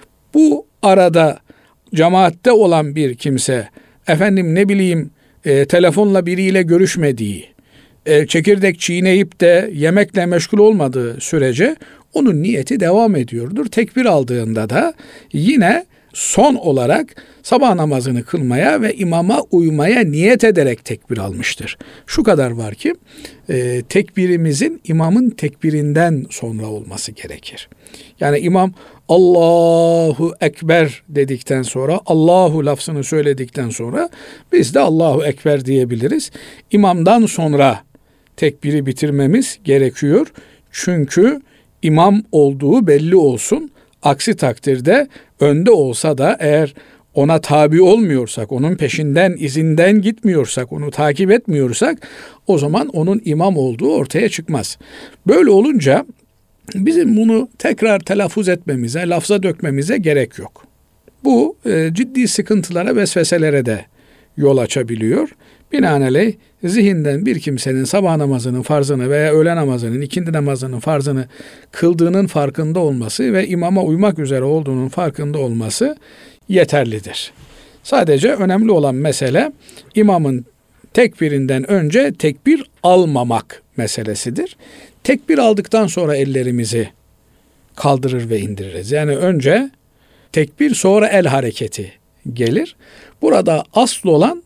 Bu arada cemaatte olan bir kimse, efendim ne bileyim e, telefonla biriyle görüşmediği, e, çekirdek çiğneyip de yemekle meşgul olmadığı sürece onun niyeti devam ediyordur. Tekbir aldığında da yine son olarak sabah namazını kılmaya ve imama uymaya niyet ederek tekbir almıştır. Şu kadar var ki e, tekbirimizin imamın tekbirinden sonra olması gerekir. Yani imam Allahu Ekber dedikten sonra, Allahu lafzını söyledikten sonra biz de Allahu Ekber diyebiliriz. İmamdan sonra tekbiri bitirmemiz gerekiyor. Çünkü imam olduğu belli olsun. Aksi takdirde önde olsa da eğer ona tabi olmuyorsak, onun peşinden, izinden gitmiyorsak, onu takip etmiyorsak o zaman onun imam olduğu ortaya çıkmaz. Böyle olunca bizim bunu tekrar telaffuz etmemize, lafza dökmemize gerek yok. Bu e, ciddi sıkıntılara, vesveselere de yol açabiliyor. Binaenaleyh zihinden bir kimsenin sabah namazının farzını veya öğle namazının, ikindi namazının farzını kıldığının farkında olması ve imama uymak üzere olduğunun farkında olması yeterlidir. Sadece önemli olan mesele imamın tekbirinden önce tekbir almamak meselesidir. Tekbir aldıktan sonra ellerimizi kaldırır ve indiririz. Yani önce tekbir sonra el hareketi gelir. Burada asıl olan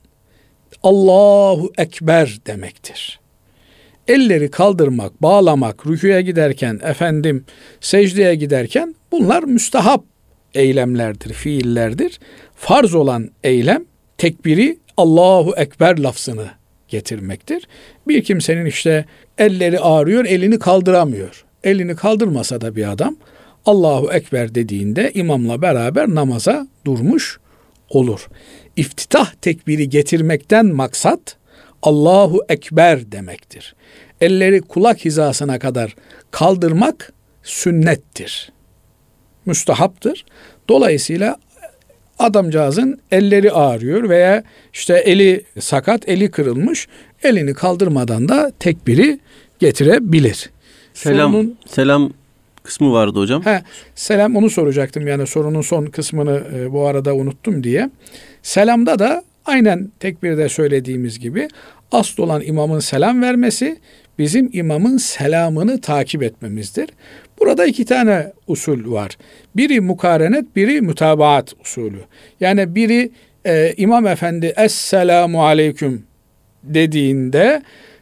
Allahu Ekber demektir. Elleri kaldırmak, bağlamak, rükûya giderken, efendim secdeye giderken bunlar müstahap eylemlerdir, fiillerdir. Farz olan eylem tekbiri Allahu Ekber lafzını getirmektir. Bir kimsenin işte elleri ağrıyor, elini kaldıramıyor. Elini kaldırmasa da bir adam Allahu Ekber dediğinde imamla beraber namaza durmuş olur. İftitah tekbiri getirmekten maksat Allahu Ekber demektir. Elleri kulak hizasına kadar kaldırmak sünnettir. Müstahaptır. Dolayısıyla adamcağızın elleri ağrıyor veya işte eli sakat, eli kırılmış, elini kaldırmadan da tekbiri getirebilir. Selam, Sorunun, selam kısmı vardı hocam. he, selam onu soracaktım yani sorunun son kısmını e, bu arada unuttum diye. Selamda da aynen tekbirde söylediğimiz gibi asıl olan imamın selam vermesi, bizim imamın selamını takip etmemizdir. Burada iki tane usul var. Biri mukarenet, biri mütabaat usulü. Yani biri e, İmam Efendi Esselamu Aleyküm dediğinde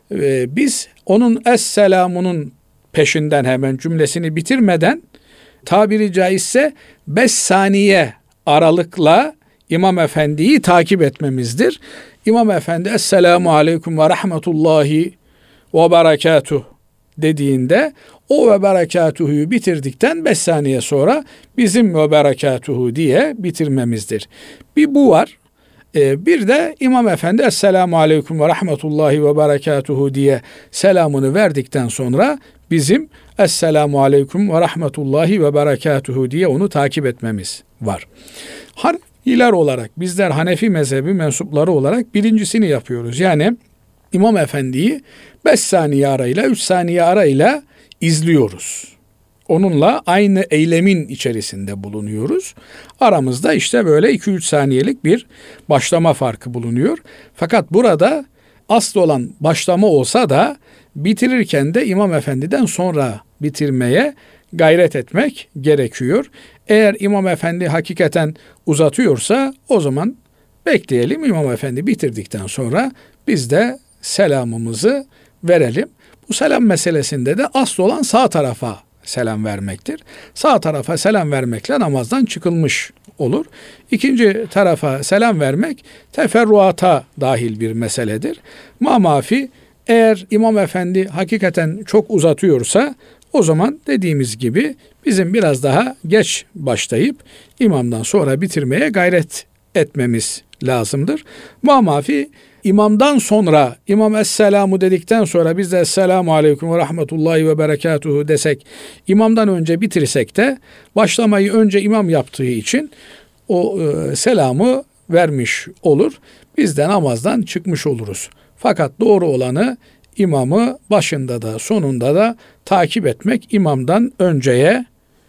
e, biz onun Esselamunun peşinden hemen cümlesini bitirmeden tabiri caizse beş saniye aralıkla İmam Efendi'yi takip etmemizdir. İmam Efendi Esselamu Aleyküm ve Rahmetullahi ve Berekatuh dediğinde o ve berekatuhu'yu bitirdikten beş saniye sonra bizim ve berekatuhu diye bitirmemizdir. Bir bu var. Ee, bir de İmam Efendi Esselamu Aleyküm ve Rahmetullahi ve Berekatuhu diye selamını verdikten sonra bizim Esselamu Aleyküm ve Rahmetullahi ve Berekatuhu diye onu takip etmemiz var. Hanefiler olarak, bizler Hanefi mezhebi mensupları olarak birincisini yapıyoruz. Yani İmam Efendi'yi beş saniye arayla, üç saniye arayla izliyoruz. Onunla aynı eylemin içerisinde bulunuyoruz. Aramızda işte böyle iki üç saniyelik bir başlama farkı bulunuyor. Fakat burada asıl olan başlama olsa da bitirirken de İmam Efendi'den sonra bitirmeye gayret etmek gerekiyor. Eğer İmam Efendi hakikaten uzatıyorsa o zaman bekleyelim, İmam Efendi bitirdikten sonra biz de selamımızı verelim. Bu selam meselesinde de asıl olan sağ tarafa selam vermektir. Sağ tarafa selam vermekle namazdan çıkılmış olur. İkinci tarafa selam vermek teferruata dahil bir meseledir. Mamafi eğer İmam Efendi hakikaten çok uzatıyorsa o zaman dediğimiz gibi bizim biraz daha geç başlayıp imamdan sonra bitirmeye gayret etmemiz lazımdır. Mamafi İmamdan sonra, İmam Esselamu dedikten sonra biz de Esselamu Aleyküm ve Rahmetullahi ve Berekatuhu desek, imamdan önce bitirsek de başlamayı önce imam yaptığı için o e, selamı vermiş olur. Biz de namazdan çıkmış oluruz. Fakat doğru olanı imamı başında da sonunda da takip etmek, imamdan önceye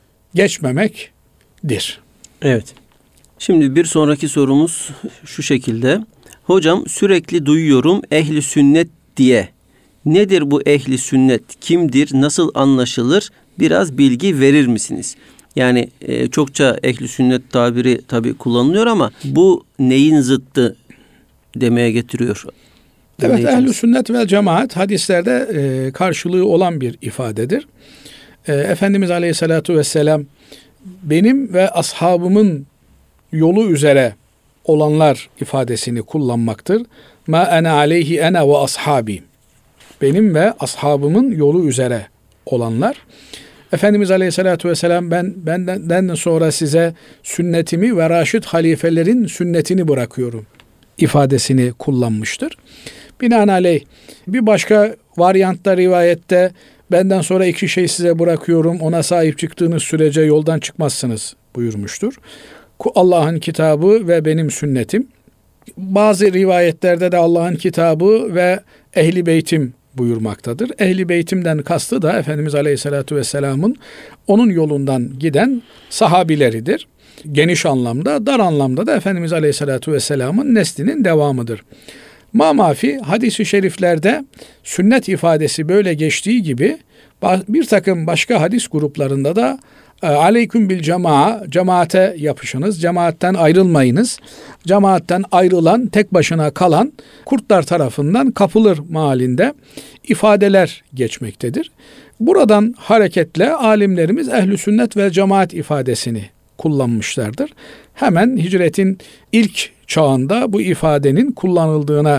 geçmemektir. Evet. Şimdi bir sonraki sorumuz şu şekilde. Hocam sürekli duyuyorum ehli sünnet diye. Nedir bu ehli sünnet? Kimdir? Nasıl anlaşılır? Biraz bilgi verir misiniz? Yani e, çokça ehli sünnet tabiri tabii kullanılıyor ama bu neyin zıttı demeye getiriyor. Evet, ehl-i sünnet ve cemaat hadislerde e, karşılığı olan bir ifadedir. E, Efendimiz Aleyhisselatü Vesselam benim ve ashabımın yolu üzere olanlar ifadesini kullanmaktır. Ma ene aleyhi ene ve ashabi. Benim ve ashabımın yolu üzere olanlar. Efendimiz Aleyhisselatü Vesselam ben benden sonra size sünnetimi ve raşid halifelerin sünnetini bırakıyorum ifadesini kullanmıştır. Binaenaleyh bir başka varyantta rivayette benden sonra iki şey size bırakıyorum, ona sahip çıktığınız sürece yoldan çıkmazsınız buyurmuştur. Allah'ın kitabı ve benim sünnetim. Bazı rivayetlerde de Allah'ın kitabı ve ehli beytim buyurmaktadır. Ehli beytimden kastı da Efendimiz Aleyhisselatü Vesselam'ın onun yolundan giden sahabileridir. Geniş anlamda, dar anlamda da Efendimiz Aleyhisselatü Vesselam'ın neslinin devamıdır. Mamafi hadis-i şeriflerde sünnet ifadesi böyle geçtiği gibi bir takım başka hadis gruplarında da aleyküm bil cemaa, cemaate yapışınız, cemaatten ayrılmayınız. Cemaatten ayrılan, tek başına kalan kurtlar tarafından kapılır mealinde ifadeler geçmektedir. Buradan hareketle alimlerimiz ehl-i sünnet ve cemaat ifadesini kullanmışlardır. Hemen hicretin ilk çağında bu ifadenin kullanıldığına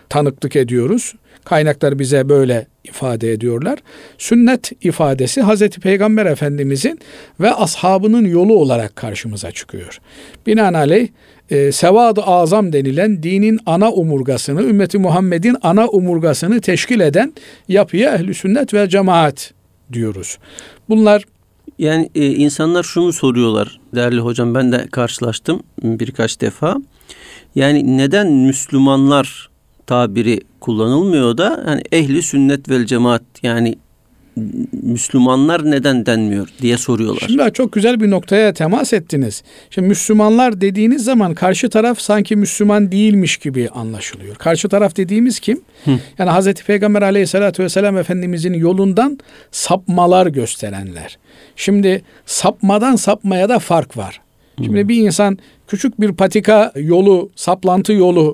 tanıklık ediyoruz. Kaynaklar bize böyle ifade ediyorlar. Sünnet ifadesi Hazreti Peygamber Efendimizin ve ashabının yolu olarak karşımıza çıkıyor. Binaenaleyh e, Sevad-ı Azam denilen dinin ana omurgasını, ümmeti Muhammed'in ana omurgasını teşkil eden yapıya ehl-i sünnet ve cemaat diyoruz. Bunlar Yani e, insanlar şunu soruyorlar değerli hocam, ben de karşılaştım birkaç defa. Yani neden Müslümanlar tabiri kullanılmıyor da hani ehli sünnet vel cemaat, yani Müslümanlar neden denmiyor diye soruyorlar. Şimdi çok güzel bir noktaya temas ettiniz. Şimdi Müslümanlar dediğiniz zaman karşı taraf sanki Müslüman değilmiş gibi anlaşılıyor. Karşı taraf dediğimiz kim? Hı. Yani Hazreti Peygamber Aleyhisselatü Vesselam Efendimizin yolundan sapmalar gösterenler. Şimdi sapmadan sapmaya da fark var. Şimdi Hı. bir insan küçük bir patika yolu, saplantı yolu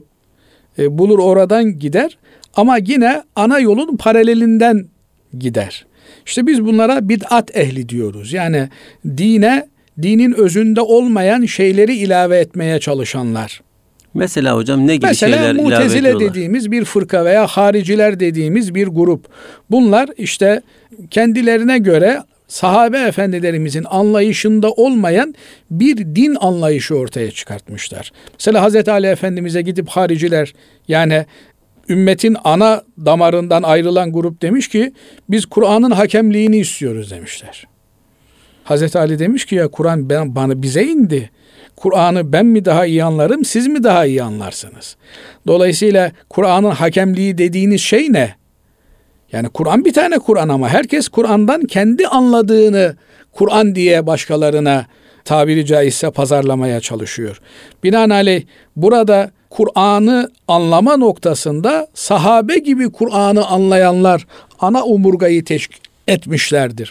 e, bulur, oradan gider ama yine ana yolun paralelinden gider. İşte biz bunlara bid'at ehli diyoruz. Yani dine, dinin özünde olmayan şeyleri ilave etmeye çalışanlar. Mesela hocam ne gibi Mesela şeyler ilave Mu'tezile ediyorlar? dediğimiz bir fırka veya hariciler dediğimiz bir grup. Bunlar işte kendilerine göre sahabe efendilerimizin anlayışında olmayan bir din anlayışı ortaya çıkartmışlar. Mesela Hazreti Ali Efendimiz'e gidip hariciler, yani ümmetin ana damarından ayrılan grup demiş ki biz Kur'an'ın hakemliğini istiyoruz demişler. Hazreti Ali demiş ki ya Kur'an ben, bana bize indi. Kur'an'ı ben mi daha iyi anlarım, siz mi daha iyi anlarsınız? Dolayısıyla Kur'an'ın hakemliği dediğiniz şey ne? Yani Kur'an bir tane Kur'an ama herkes Kur'an'dan kendi anladığını Kur'an diye başkalarına tabiri caizse pazarlamaya çalışıyor. Binaenaleyh burada Kur'an'ı anlama noktasında sahabe gibi Kur'an'ı anlayanlar ana omurgayı teşkil etmişlerdir.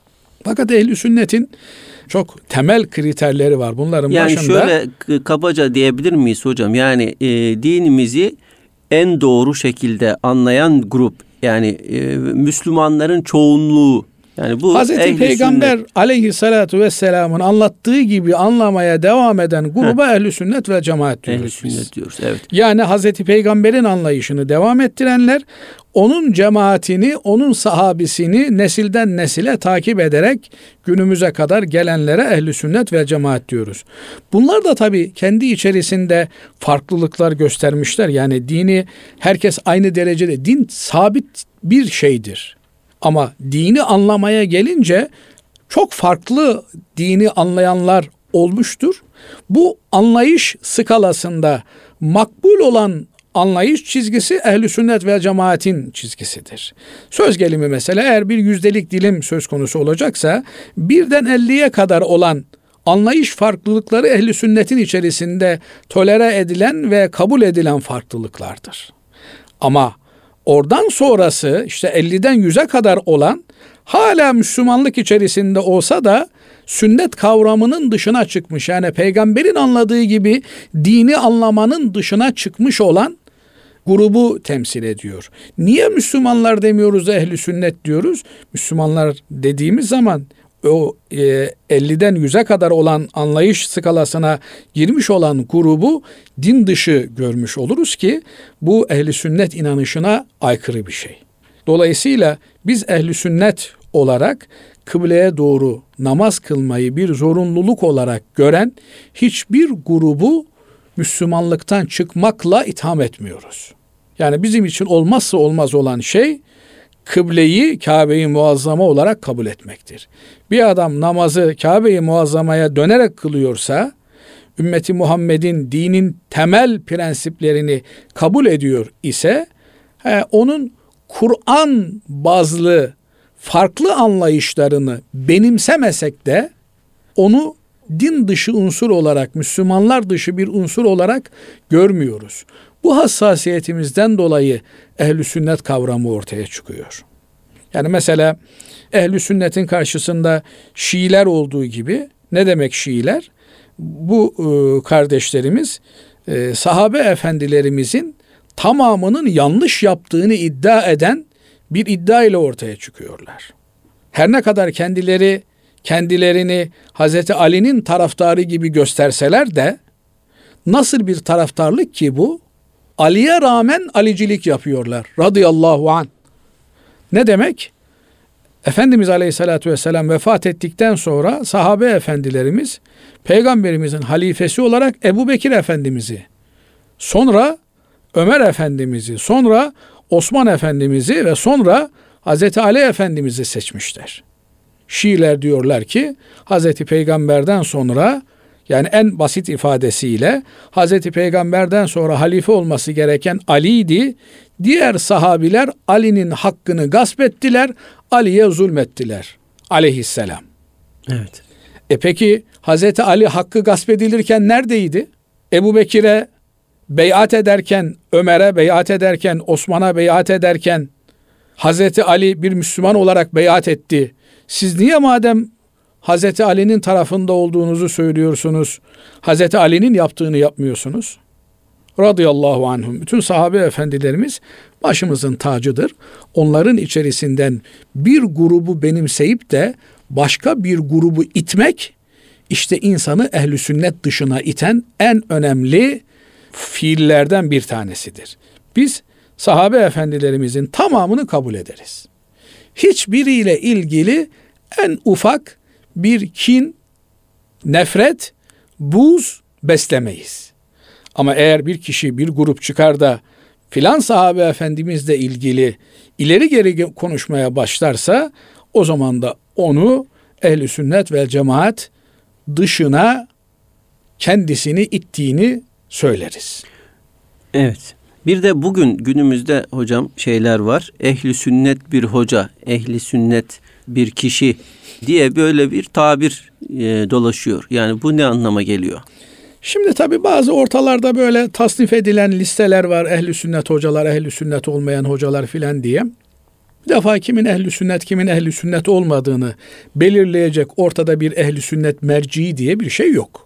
Fakat ehl-i sünnetin çok temel kriterleri var. Bunların yani başında... Yani şöyle kabaca diyebilir miyiz hocam? Yani e, dinimizi en doğru şekilde anlayan grup, yani e, Müslümanların çoğunluğu. Yani bu Hazreti Peygamber sünnet. Aleyhissalatu vesselam'ın anlattığı gibi anlamaya devam eden gruba ehl-i sünnet ve cemaat diyoruz. Ehl-i sünnet diyoruz, evet. Yani Hazreti Peygamber'in anlayışını devam ettirenler, onun cemaatini, onun sahabisini nesilden nesile takip ederek günümüze kadar gelenlere ehl-i sünnet ve cemaat diyoruz. Bunlar da tabii kendi içerisinde farklılıklar göstermişler. Yani dini herkes aynı derecede, din sabit bir şeydir. Ama dini anlamaya gelince çok farklı dini anlayanlar olmuştur. Bu anlayış skalasında makbul olan anlayış çizgisi ehl-i sünnet ve cemaatin çizgisidir. Söz gelimi mesela eğer bir yüzdelik dilim söz konusu olacaksa birden elliye kadar olan anlayış farklılıkları ehl-i sünnetin içerisinde tolere edilen ve kabul edilen farklılıklardır. Ama oradan sonrası işte elliden yüze kadar olan hala Müslümanlık içerisinde olsa da sünnet kavramının dışına çıkmış, yani peygamberin anladığı gibi dini anlamanın dışına çıkmış olan grubu temsil ediyor. Niye Müslümanlar demiyoruz da ehli sünnet diyoruz? Müslümanlar dediğimiz zaman o e, elliden yüze kadar olan anlayış skalasına girmiş olan grubu din dışı görmüş oluruz ki bu ehli sünnet inanışına aykırı bir şey. Dolayısıyla biz ehli sünnet olarak kıbleye doğru namaz kılmayı bir zorunluluk olarak gören hiçbir grubu Müslümanlıktan çıkmakla itham etmiyoruz. Yani bizim için olmazsa olmaz olan şey kıbleyi Kabe-i Muazzama olarak kabul etmektir. Bir adam namazı Kabe-i Muazzama'ya dönerek kılıyorsa, ümmeti Muhammed'in dinin temel prensiplerini kabul ediyor ise, he, onun Kur'an bazlı farklı anlayışlarını benimsemesek de onu din dışı unsur olarak, Müslümanlar dışı bir unsur olarak görmüyoruz. Bu hassasiyetimizden dolayı ehl-i sünnet kavramı ortaya çıkıyor. Yani mesela ehl-i sünnetin karşısında Şiiler olduğu gibi, ne demek Şiiler? Bu e, kardeşlerimiz e, sahabe efendilerimizin tamamının yanlış yaptığını iddia eden bir iddia ile ortaya çıkıyorlar. Her ne kadar kendileri kendilerini Hazreti Ali'nin taraftarı gibi gösterseler de nasıl bir taraftarlık ki bu? Ali'ye rağmen Alicilik yapıyorlar. Radıyallahu anh. Ne demek? Efendimiz Aleyhisselatü Vesselam vefat ettikten sonra sahabe efendilerimiz Peygamberimizin halifesi olarak Ebu Bekir Efendimiz'i, sonra Ömer Efendimiz'i, sonra Osman Efendimiz'i ve sonra Hazreti Ali Efendimiz'i seçmişler. Şiiler diyorlar ki Hazreti Peygamber'den sonra, yani en basit ifadesiyle Hazreti Peygamber'den sonra halife olması gereken Ali'ydi. Diğer sahabiler Ali'nin hakkını gasp ettiler, Ali'ye zulmettiler aleyhisselam. Evet. E peki Hazreti Ali hakkı gasp edilirken neredeydi? Ebu Bekir'e beyat ederken, Ömer'e beyat ederken, Osman'a beyat ederken Hazreti Ali bir Müslüman olarak beyat etti. Siz niye madem Hazreti Ali'nin tarafında olduğunuzu söylüyorsunuz, Hazreti Ali'nin yaptığını yapmıyorsunuz? Radıyallahu anhum. Bütün sahabe efendilerimiz başımızın tacıdır. Onların içerisinden bir grubu benimseyip de başka bir grubu itmek, işte insanı ehl-i sünnet dışına iten en önemli fiillerden bir tanesidir. Biz sahabe efendilerimizin tamamını kabul ederiz. Hiçbiriyle ilgili en ufak bir kin, nefret, buz beslemeyiz. Ama eğer bir kişi, bir grup çıkar da filan sahabe efendimizle ilgili ileri geri konuşmaya başlarsa, o zaman da onu ehl-i sünnet ve cemaat dışına kendisini ittiğini söyleriz. Evet. Bir de bugün günümüzde hocam şeyler var. Ehli sünnet bir hoca, ehli sünnet bir kişi diye böyle bir tabir e, dolaşıyor. Yani bu ne anlama geliyor? Şimdi tabii bazı ortalarda böyle tasnif edilen listeler var. Ehli sünnet hocalar, ehli sünnet olmayan hocalar filan diye. Bir defa kimin ehli sünnet, kimin ehli sünnet olmadığını belirleyecek ortada bir ehli sünnet merci diye bir şey yok.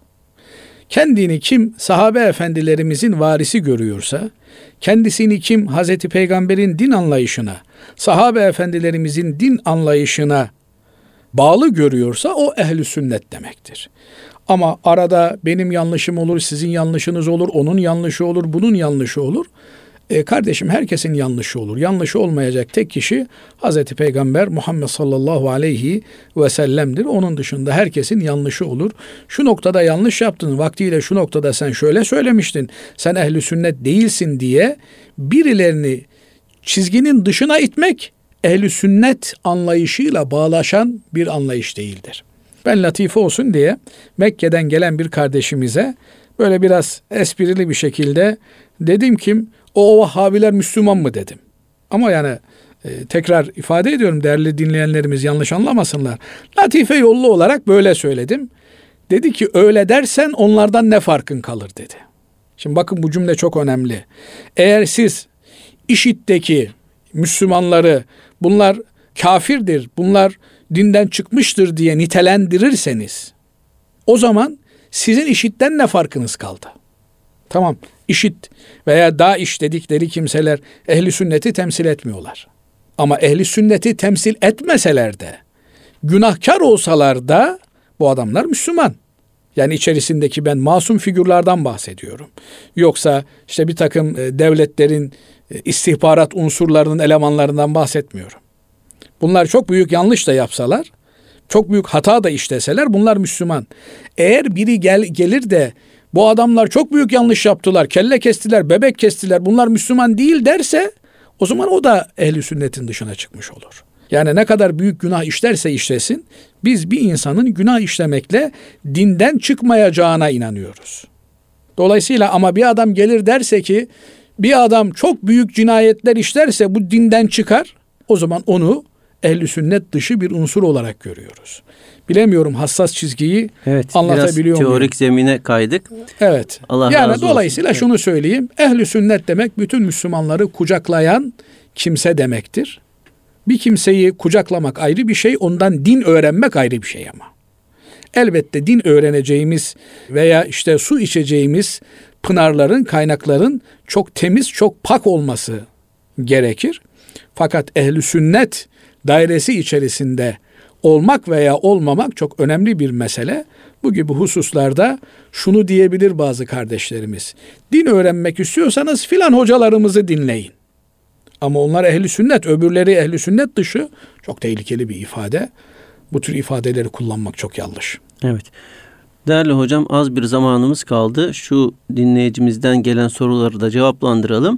Kendini kim sahabe efendilerimizin varisi görüyorsa, kendisini kim Hazreti Peygamber'in din anlayışına, sahabe efendilerimizin din anlayışına bağlı görüyorsa o ehli sünnet demektir. Ama arada benim yanlışım olur, sizin yanlışınız olur, onun yanlışı olur, bunun yanlışı olur. E kardeşim, herkesin yanlışı olur. Yanlışı olmayacak tek kişi Hazreti Peygamber Muhammed sallallahu aleyhi ve sellem'dir. Onun dışında herkesin yanlışı olur. Şu noktada yanlış yaptın, vaktiyle şu noktada sen şöyle söylemiştin, sen ehli sünnet değilsin diye birilerini çizginin dışına itmek ehli sünnet anlayışıyla bağlaşan bir anlayış değildir. Ben latife olsun diye Mekke'den gelen bir kardeşimize böyle biraz esprili bir şekilde dedim ki o Vahhabiler Müslüman mı dedim. Ama yani e, tekrar ifade ediyorum, değerli dinleyenlerimiz yanlış anlamasınlar. Latife yollu olarak böyle söyledim. Dedi ki öyle dersen onlardan ne farkın kalır dedi. Şimdi bakın, bu cümle çok önemli. Eğer siz IŞİD'deki Müslümanları bunlar kafirdir, bunlar dinden çıkmıştır diye nitelendirirseniz, o zaman sizin IŞİD'den ne farkınız kaldı? Tamam, IŞİD veya DAEŞ dedikleri kimseler ehli sünneti temsil etmiyorlar. Ama ehli sünneti temsil etmeseler de, günahkar olsalar da bu adamlar Müslüman. Yani içerisindeki ben masum figürlerden bahsediyorum. Yoksa işte bir takım devletlerin istihbarat unsurlarının elemanlarından bahsetmiyorum. Bunlar çok büyük yanlış da yapsalar, çok büyük hata da işleseler bunlar Müslüman. Eğer biri gel, gelir de bu adamlar çok büyük yanlış yaptılar, kelle kestiler, bebek kestiler, bunlar Müslüman değil derse, o zaman o da ehli sünnetin dışına çıkmış olur. Yani ne kadar büyük günah işlerse işlesin, biz bir insanın günah işlemekle dinden çıkmayacağına inanıyoruz. Dolayısıyla ama bir adam gelir derse ki, bir adam çok büyük cinayetler işlerse bu dinden çıkar, o zaman onu ehli sünnet dışı bir unsur olarak görüyoruz. Bilemiyorum, hassas çizgiyi evet, anlatabiliyor muyum? Biraz teorik zemine kaydık. Evet. Allah yani razı dolayısıyla olsun. şunu söyleyeyim. Ehli sünnet demek bütün Müslümanları kucaklayan kimse demektir. Bir kimseyi kucaklamak ayrı bir şey, ondan din öğrenmek ayrı bir şey ama. Elbette din öğreneceğimiz veya işte su içeceğimiz pınarların, kaynakların çok temiz, çok pak olması gerekir. Fakat ehli sünnet dairesi içerisinde olmak veya olmamak çok önemli bir mesele. Bu gibi hususlarda şunu diyebilir bazı kardeşlerimiz. Din öğrenmek istiyorsanız filan hocalarımızı dinleyin. Ama onlar ehli sünnet, öbürleri ehli sünnet dışı, çok tehlikeli bir ifade. Bu tür ifadeleri kullanmak çok yanlış. Evet. Değerli hocam, az bir zamanımız kaldı. Şu dinleyicimizden gelen soruları da cevaplandıralım.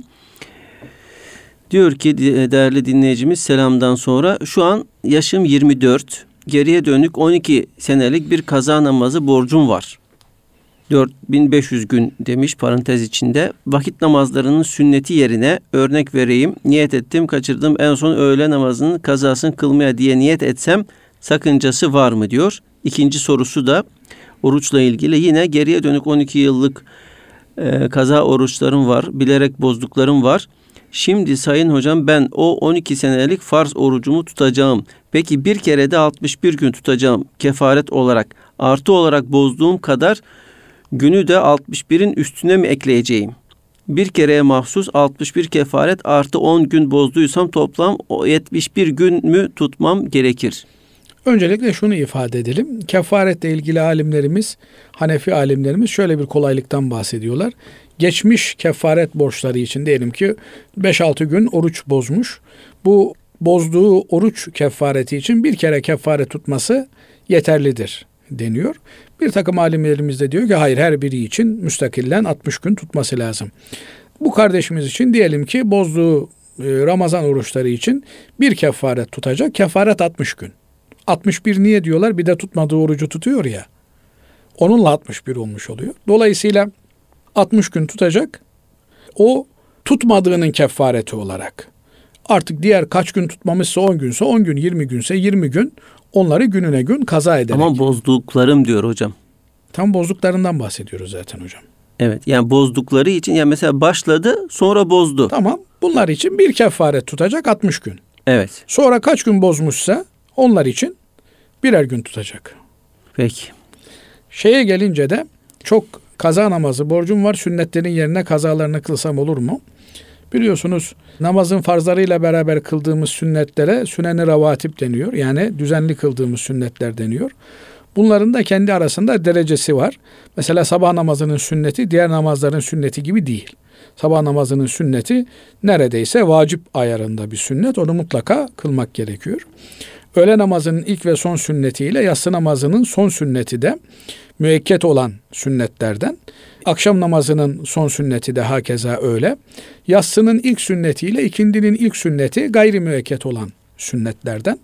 Diyor ki değerli dinleyicimiz, selamdan sonra, şu an yaşım yirmi dört. Geriye dönük on iki senelik bir kaza namazı borcum var. dört bin beş yüz gün demiş parantez içinde. Vakit namazlarının sünneti yerine örnek vereyim. Niyet ettim, kaçırdım. En son öğle namazının kazasını kılmaya diye niyet etsem sakıncası var mı diyor. İkinci sorusu da oruçla ilgili. Yine geriye dönük on iki yıllık e, kaza oruçlarım var. Bilerek bozduklarım var. Şimdi sayın hocam, ben o on iki senelik farz orucumu tutacağım. Peki bir kere de altmış bir gün tutacağım kefaret olarak. Artı olarak bozduğum kadar günü de altmış birin üstüne mi ekleyeceğim? Bir kereye mahsus altmış bir kefaret artı on gün bozduysam toplam yetmiş bir gün mü tutmam gerekir? Öncelikle şunu ifade edelim. Kefaretle ilgili alimlerimiz, Hanefi alimlerimiz şöyle bir kolaylıktan bahsediyorlar. Geçmiş kefaret borçları için diyelim ki beş altı gün oruç bozmuş. Bu bozduğu oruç kefareti için bir kere kefaret tutması yeterlidir deniyor. Bir takım alimlerimiz de diyor ki hayır, her biri için müstakillen altmış gün tutması lazım. Bu kardeşimiz için diyelim ki bozduğu Ramazan oruçları için bir kefaret tutacak. Kefaret altmış gün. altmış bir niye diyorlar? Bir de tutmadığı orucu tutuyor ya. Onunla altmış bir olmuş oluyor. Dolayısıyla altmış gün tutacak. O tutmadığının kefareti olarak. Artık diğer kaç gün tutmamışsa on günse on gün, yirmi günse yirmi gün, onları gününe gün kaza ederek. Ama bozduklarım diyor hocam. Tam bozduklarından bahsediyoruz zaten hocam. Evet, yani bozdukları için, yani mesela başladı sonra bozdu. Tamam, bunlar için bir kefaret tutacak altmış gün. Evet. Sonra kaç gün bozmuşsa onlar için birer gün tutacak. Peki. Şeye gelince de çok kaza namazı borcum var, sünnetlerin yerine kazalarını kılsam olur mu? Biliyorsunuz namazın farzlarıyla beraber kıldığımız sünnetlere süneni revatip deniyor. Yani düzenli kıldığımız sünnetler deniyor. Bunların da kendi arasında derecesi var. Mesela sabah namazının sünneti diğer namazların sünneti gibi değil. Sabah namazının sünneti neredeyse vacip ayarında bir sünnet. Onu mutlaka kılmak gerekiyor. Öğle namazının ilk ve son sünnetiyle yatsı namazının son sünneti de müekket olan sünnetlerden. Akşam namazının son sünneti de hakeza öyle. Yatsının ilk sünnetiyle ikindinin ilk sünneti gayri müekket olan sünnetlerden.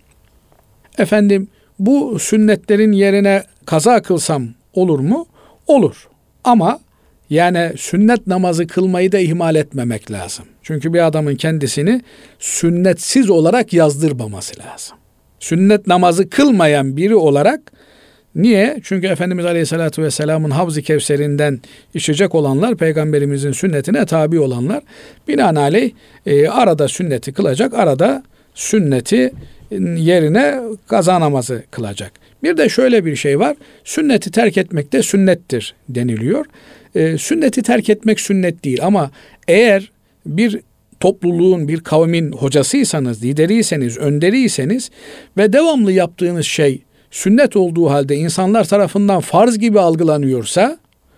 Efendim, bu sünnetlerin yerine kaza kılsam olur mu? Olur. Ama yani sünnet namazı kılmayı da ihmal etmemek lazım. Çünkü bir adamın kendisini sünnetsiz olarak yazdırmaması lazım. Sünnet namazı kılmayan biri olarak, niye? Çünkü Efendimiz Aleyhisselatü Vesselam'ın Havz-ı Kevser'inden içecek olanlar, Peygamberimizin sünnetine tabi olanlar, binaenaleyh e, arada sünneti kılacak, arada sünneti yerine kaza namazı kılacak. Bir de şöyle bir şey var, sünneti terk etmek de sünnettir deniliyor. E, sünneti terk etmek sünnet değil ama eğer bir topluluğun, bir kavmin hocasıysanız, lideriyseniz, önderiyseniz ve devamlı yaptığınız şey sünnet olduğu halde insanlar tarafından farz gibi algılanıyorsa,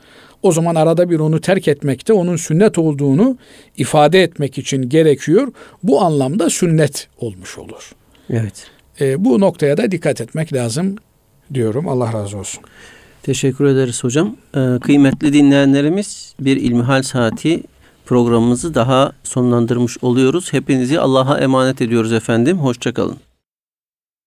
o zaman arada bir onu terk etmekte onun sünnet olduğunu ifade etmek için gerekiyor. Bu anlamda sünnet olmuş olur. Evet. E, bu noktaya da dikkat etmek lazım diyorum. Allah razı olsun. Teşekkür ederiz hocam. Ee, kıymetli dinleyenlerimiz, bir İlmihal Saati programımızı daha sonlandırmış oluyoruz. Hepinizi Allah'a emanet ediyoruz efendim. Hoşça kalın.